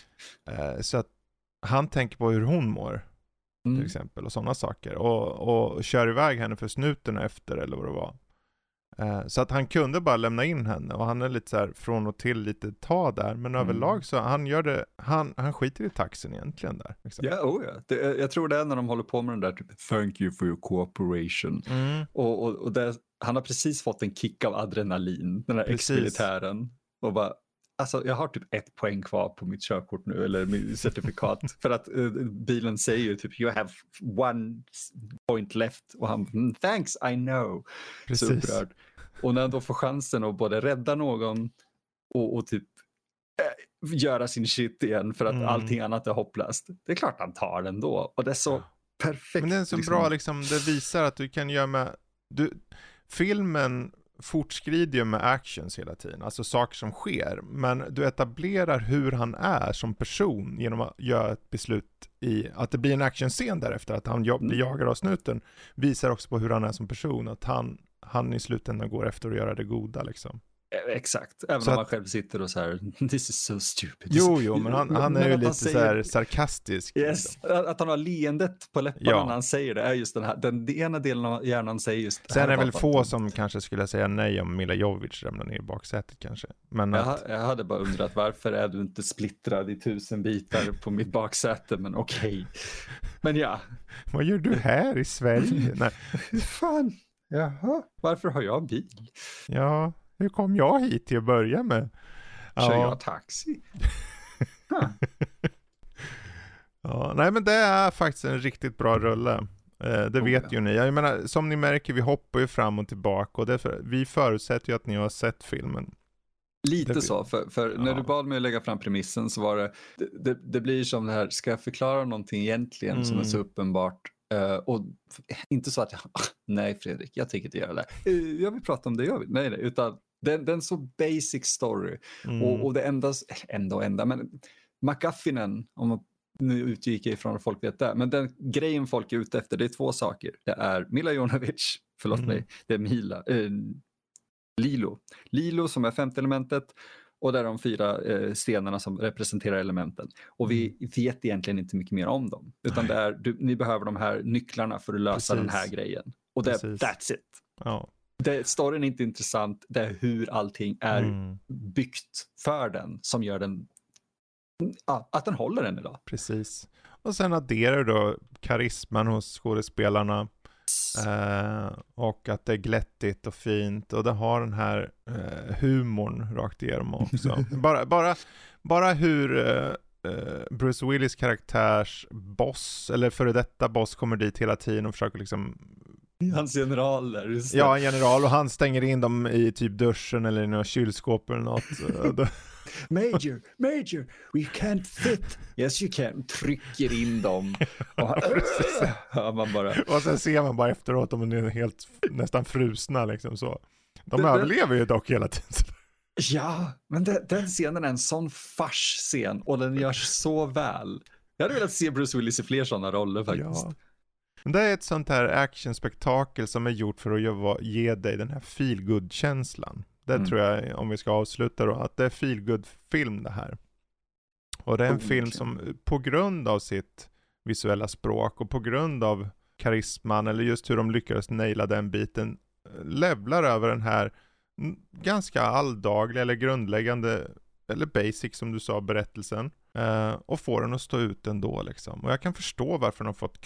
[SPEAKER 1] Eh, så att han tänker på hur hon mår. Mm. Till exempel. Och sådana saker. Och, och kör iväg henne för snuten efter eller vad det var. Eh, så att han kunde bara lämna in henne. Och han är lite så här från och till lite ta där. Men mm. överlag så han gör det. Han, han skiter i taxen egentligen där. Liksom.
[SPEAKER 2] Ja, oh ja. Det, jag tror det är när de håller på med den där typ, thank you for your cooperation. Mm. Och, och, och det, han har precis fått en kick av adrenalin. Den där ex-militären. Och bara, alltså jag har typ ett poäng kvar på mitt körkort nu, eller mitt certifikat. För att uh, bilen säger ju typ, you have one point left. Och han, mm, thanks, I know.
[SPEAKER 1] Precis.
[SPEAKER 2] Så upprörd. Och när han då får chansen att både rädda någon och, och typ äh, göra sin shit igen för att mm. allting annat är hopplöst. Det är klart han tar den då. Och det är så perfekt.
[SPEAKER 1] Men det är så liksom bra, liksom, det visar att du kan göra med... Du, filmen fortskrider ju med actions hela tiden. Alltså saker som sker. Men du etablerar hur han är som person genom att göra ett beslut i att det blir en actionscen därefter. Att han blir jagad av snuten. Visar också på hur han är som person. Att han, han i slutändan går efter att göra det goda liksom.
[SPEAKER 2] Exakt, även
[SPEAKER 1] så
[SPEAKER 2] om
[SPEAKER 1] att,
[SPEAKER 2] man själv sitter och så här, this is so stupid.
[SPEAKER 1] Jo, jo, men han, han är
[SPEAKER 2] men
[SPEAKER 1] ju lite
[SPEAKER 2] säger,
[SPEAKER 1] så här sarkastisk.
[SPEAKER 2] Yes, liksom. Att han har leendet på läpparna
[SPEAKER 1] ja.
[SPEAKER 2] när han säger det är just den här, den, den ena delen av hjärnan säger just det.
[SPEAKER 1] Sen är det väl få som kanske skulle säga nej om Mila Jovovich ramlar ner i baksätet kanske. Men
[SPEAKER 2] jag,
[SPEAKER 1] att...
[SPEAKER 2] jag hade bara undrat, varför är du inte splittrad i tusen bitar på mitt baksäte, men okej. Okay. Men ja.
[SPEAKER 1] Vad gör du här i Sverige? Nej.
[SPEAKER 2] Fan, jaha, varför har jag bil?
[SPEAKER 1] Ja. Hur kom jag hit till att börja med?
[SPEAKER 2] Kör ja. jag taxi?
[SPEAKER 1] ja, nej men det är faktiskt en riktigt bra rulle. Eh, det oh, vet ja. ju ni. Jag menar, som ni märker, vi hoppar ju fram och tillbaka. Och därför, vi förutsätter ju att ni har sett filmen.
[SPEAKER 2] Lite det, så, för, för ja. när du bad mig att lägga fram premissen så var det, det, det, det blir som det här, ska jag förklara någonting egentligen mm. som är så uppenbart? Uh, och inte så att jag, nej Fredrik, jag tänker inte göra det. Uh, jag vill prata om det jag vill. Nej, nej, utan den, den så basic story. Mm. Och, och det enda, enda och enda, men MacGuffinen, om man nu utgick ifrån att folk vet det, men den grejen folk är ute efter, det är två saker. Det är Mila Jovovich, förlåt mm. mig, det är Mila, uh, Lilo. Lilo som är femte elementet. Och där är de fyra eh, stenarna som representerar elementen. Och vi vet egentligen inte mycket mer om dem. Utan det är, du, ni behöver de här nycklarna för att lösa Precis. den här grejen. Och det, that's it.
[SPEAKER 1] Ja.
[SPEAKER 2] Det, storyn är inte intressant. Det är hur allting är mm. byggt för den som gör den... Ja, att den håller den idag.
[SPEAKER 1] Precis. Och sen adderar du då karisman hos skådespelarna. Uh, och att det är glättigt och fint och det har den här uh, humorn rakt igenom också. bara, bara, bara hur uh, uh, Bruce Willis karaktärs boss eller före detta boss kommer dit hela tiden och försöker liksom
[SPEAKER 2] hans general där, just det.
[SPEAKER 1] Ja, en general och han stänger in dem i typ duschen eller i några kylskåp eller något.
[SPEAKER 2] Major, Major, we can't fit. Yes you can. Trycker in dem. Och, han, ja, man bara...
[SPEAKER 1] och sen ser man bara efteråt de är helt nästan frusna liksom så. De det, överlever det... ju dock hela tiden.
[SPEAKER 2] Ja, men det, den scenen är en sån fars-scen och den görs så väl. Jag hade velat se Bruce Willis i fler sådana roller faktiskt. Ja.
[SPEAKER 1] Men det är ett sånt här actionspektakel som är gjort för att ge dig den här feel-good-känslan. Det mm. tror jag, om vi ska avsluta då, att det är feel-good-film det här. Och det är en oh, film okay. som på grund av sitt visuella språk och på grund av karisman eller just hur de lyckades naila den biten levlar över den här ganska alldagliga eller grundläggande eller basic som du sa berättelsen eh, och får den att stå ut ändå liksom. Och jag kan förstå varför de har fått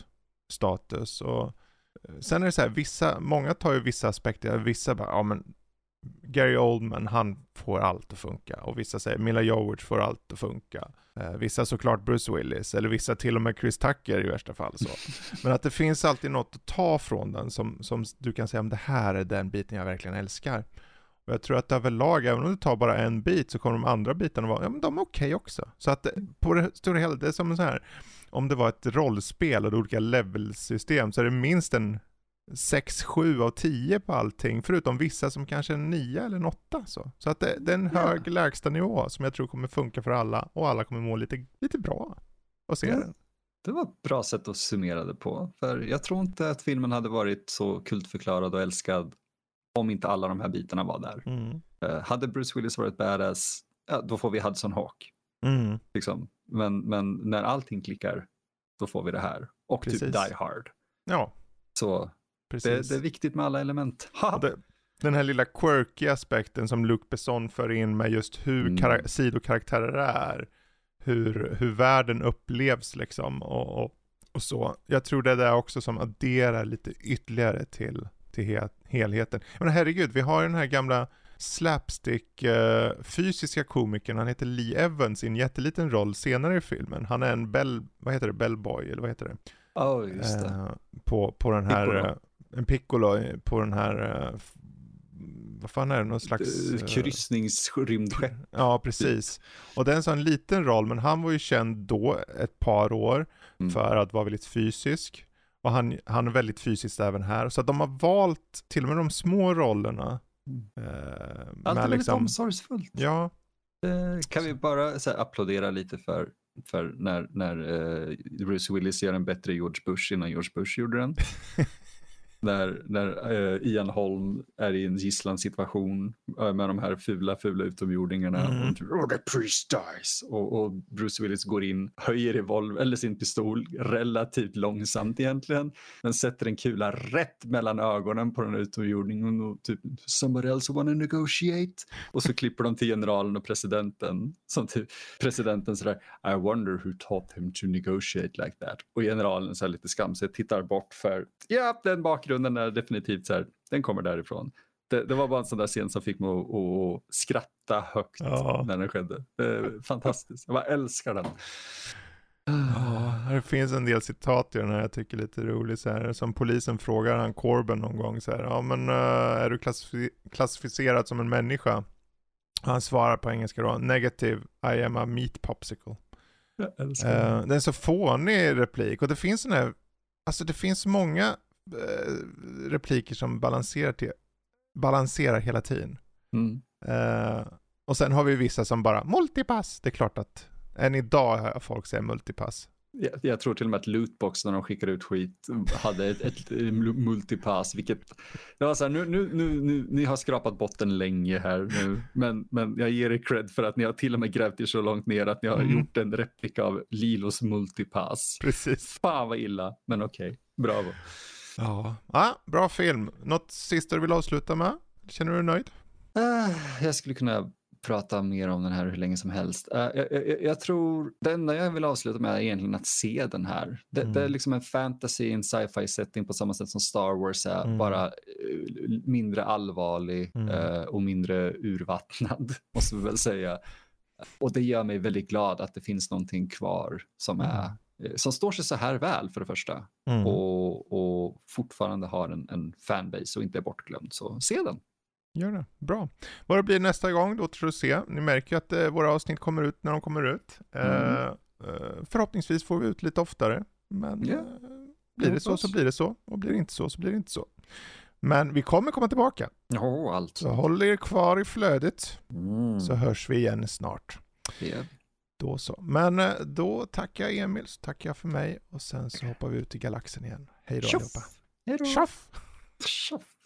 [SPEAKER 1] kultstatus och sen är det så här, vissa, många tar ju vissa aspekter, vissa bara, ja men Gary Oldman, han får allt att funka och vissa säger Mila Jovovich får allt att funka. Eh, vissa såklart Bruce Willis eller vissa till och med Chris Tucker i värsta fall så. Men att det finns alltid något att ta från den som, som du kan säga om det här är den biten jag verkligen älskar. Och jag tror att överlag, även om du tar bara en bit så kommer de andra bitarna vara, ja men de är okej okay också. Så att på det stora hela, det är som så här, om det var ett rollspel och olika levelsystem så är det minst en sex sju av tio på allting, förutom vissa som kanske är en nio eller en åtta så. Så att det, det är en hög ja. lägsta nivå som jag tror kommer funka för alla och alla kommer må lite, lite bra och se ja. den.
[SPEAKER 2] Det var ett bra sätt att summera det på, för jag tror inte att filmen hade varit så kultförklarad och älskad om inte alla de här bitarna var där. Mm. Uh, hade Bruce Willis varit badass, ja, då får vi Hudson Hawk. Mm. Liksom. Men, men när allting klickar, då får vi det här. Och Precis. typ Die Hard.
[SPEAKER 1] Ja.
[SPEAKER 2] Så det, det är viktigt med alla element.
[SPEAKER 1] Det, den här lilla quirky aspekten som Luc Besson för in med just hur mm. kar- sidokaraktärer är. Hur, hur världen upplevs liksom. Och, och, och så. Jag tror det är det också som adderar lite ytterligare till, till he- helheten. Men herregud, vi har ju den här gamla slapstick uh, fysiska komikern. Han heter Lee Evans i en jätteliten roll senare i filmen. Han är en bell, vad heter det, bellboy eller vad heter det?
[SPEAKER 2] Oh, just det.
[SPEAKER 1] Uh, på, på den här
[SPEAKER 2] Piccolo.
[SPEAKER 1] Uh, en piccolo på den här uh, vad fan är det, någon slags
[SPEAKER 2] uh, kryssningsrymdskepp.
[SPEAKER 1] Ja, precis. Och det är en sån liten roll, men han var ju känd då ett par år mm. för att vara väldigt fysisk. Och han, han är väldigt fysiskt även här. Så att de har valt till och med de små rollerna.
[SPEAKER 2] Mm.
[SPEAKER 1] Eh,
[SPEAKER 2] Allt är väldigt liksom, omsorgsfullt.
[SPEAKER 1] Ja.
[SPEAKER 2] Eh, kan vi bara så här, applådera lite för, för när, när eh, Bruce Willis gör en bättre George Bush innan George Bush gjorde den. När, när uh, Ian Holm är i en gisslansituation uh, med de här fula, fula utomjordingarna. Mm. Och, oh, the priest dies. Och, och Bruce Willis går in, höjer revolver, eller sin pistol relativt långsamt egentligen. Men sätter en kula rätt mellan ögonen på den här utomjordingen och typ, somebody else wanna negotiate? Och så klipper de till generalen och presidenten. Som typ, presidenten sådär, I wonder who taught him to negotiate like that. Och generalen så här lite skamset tittar bort för, ja, den bakgrunden. Grunden är definitivt så här, den kommer därifrån. Det, det var bara en sån där scen som fick mig att, att skratta högt ja. när den skedde. Det är fantastiskt. Jag bara älskar den.
[SPEAKER 1] Ja, det finns en del citat i den här jag tycker är lite roligt. Så här, som polisen frågar han Corbin någon gång så här, ja men uh, är du klassifi- klassificerad som en människa? Han svarar på engelska då, negative, I am a meat popsicle.
[SPEAKER 2] Jag älskar
[SPEAKER 1] uh,
[SPEAKER 2] den.
[SPEAKER 1] Det är en så fånig replik och det finns en här, alltså det finns många repliker som balanserar till balanserar hela tiden.
[SPEAKER 2] Mm.
[SPEAKER 1] Uh, och sen har vi vissa som bara multipass. Det är klart att än idag har folk säger multipass.
[SPEAKER 2] Jag, jag tror till och med att Lootbox när de skickar ut skit hade ett, ett, ett multipass, vilket det var så här, nu, nu, nu, nu ni har skrapat botten länge här nu, men, men jag ger er cred för att ni har till och med grävt er så långt ner att ni har mm. gjort en replika av Lilos multipass.
[SPEAKER 1] Precis.
[SPEAKER 2] Fan vad illa, men okej, okay. Bravo.
[SPEAKER 1] Ja, ah, bra film. Något sista du vill avsluta med? Känner du dig nöjd?
[SPEAKER 2] Uh, jag skulle kunna prata mer om den här hur länge som helst. Uh, jag, jag, jag tror, det enda jag vill avsluta med är egentligen att se den här. Det, mm. det är liksom en fantasy, en sci-fi setting på samma sätt som Star Wars är. Mm. Bara uh, mindre allvarlig mm. uh, och mindre urvattnad, måste vi väl säga. Och det gör mig väldigt glad att det finns någonting kvar som är mm. som står sig så här väl för det första mm. och, och fortfarande har en, en fanbase och inte är bortglömd, så se den.
[SPEAKER 1] Gör det, bra. Vad det blir nästa gång, då tror du se. Ni märker att eh, våra avsnitt kommer ut när de kommer ut. Mm. Eh, eh, förhoppningsvis får vi ut lite oftare, men yeah. eh, blir det så så blir det så, och blir det inte så så blir det inte så. Men vi kommer komma tillbaka.
[SPEAKER 2] Oh, alltså.
[SPEAKER 1] Så håll er kvar i flödet
[SPEAKER 2] mm.
[SPEAKER 1] så hörs vi igen snart.
[SPEAKER 2] Yeah.
[SPEAKER 1] Då så. Men då tackar jag Emil, så tackar jag för mig och sen så hoppar vi ut i galaxen igen. Hej då allihopa.
[SPEAKER 2] Hej då.
[SPEAKER 1] Tjoff!
[SPEAKER 2] Tjoff.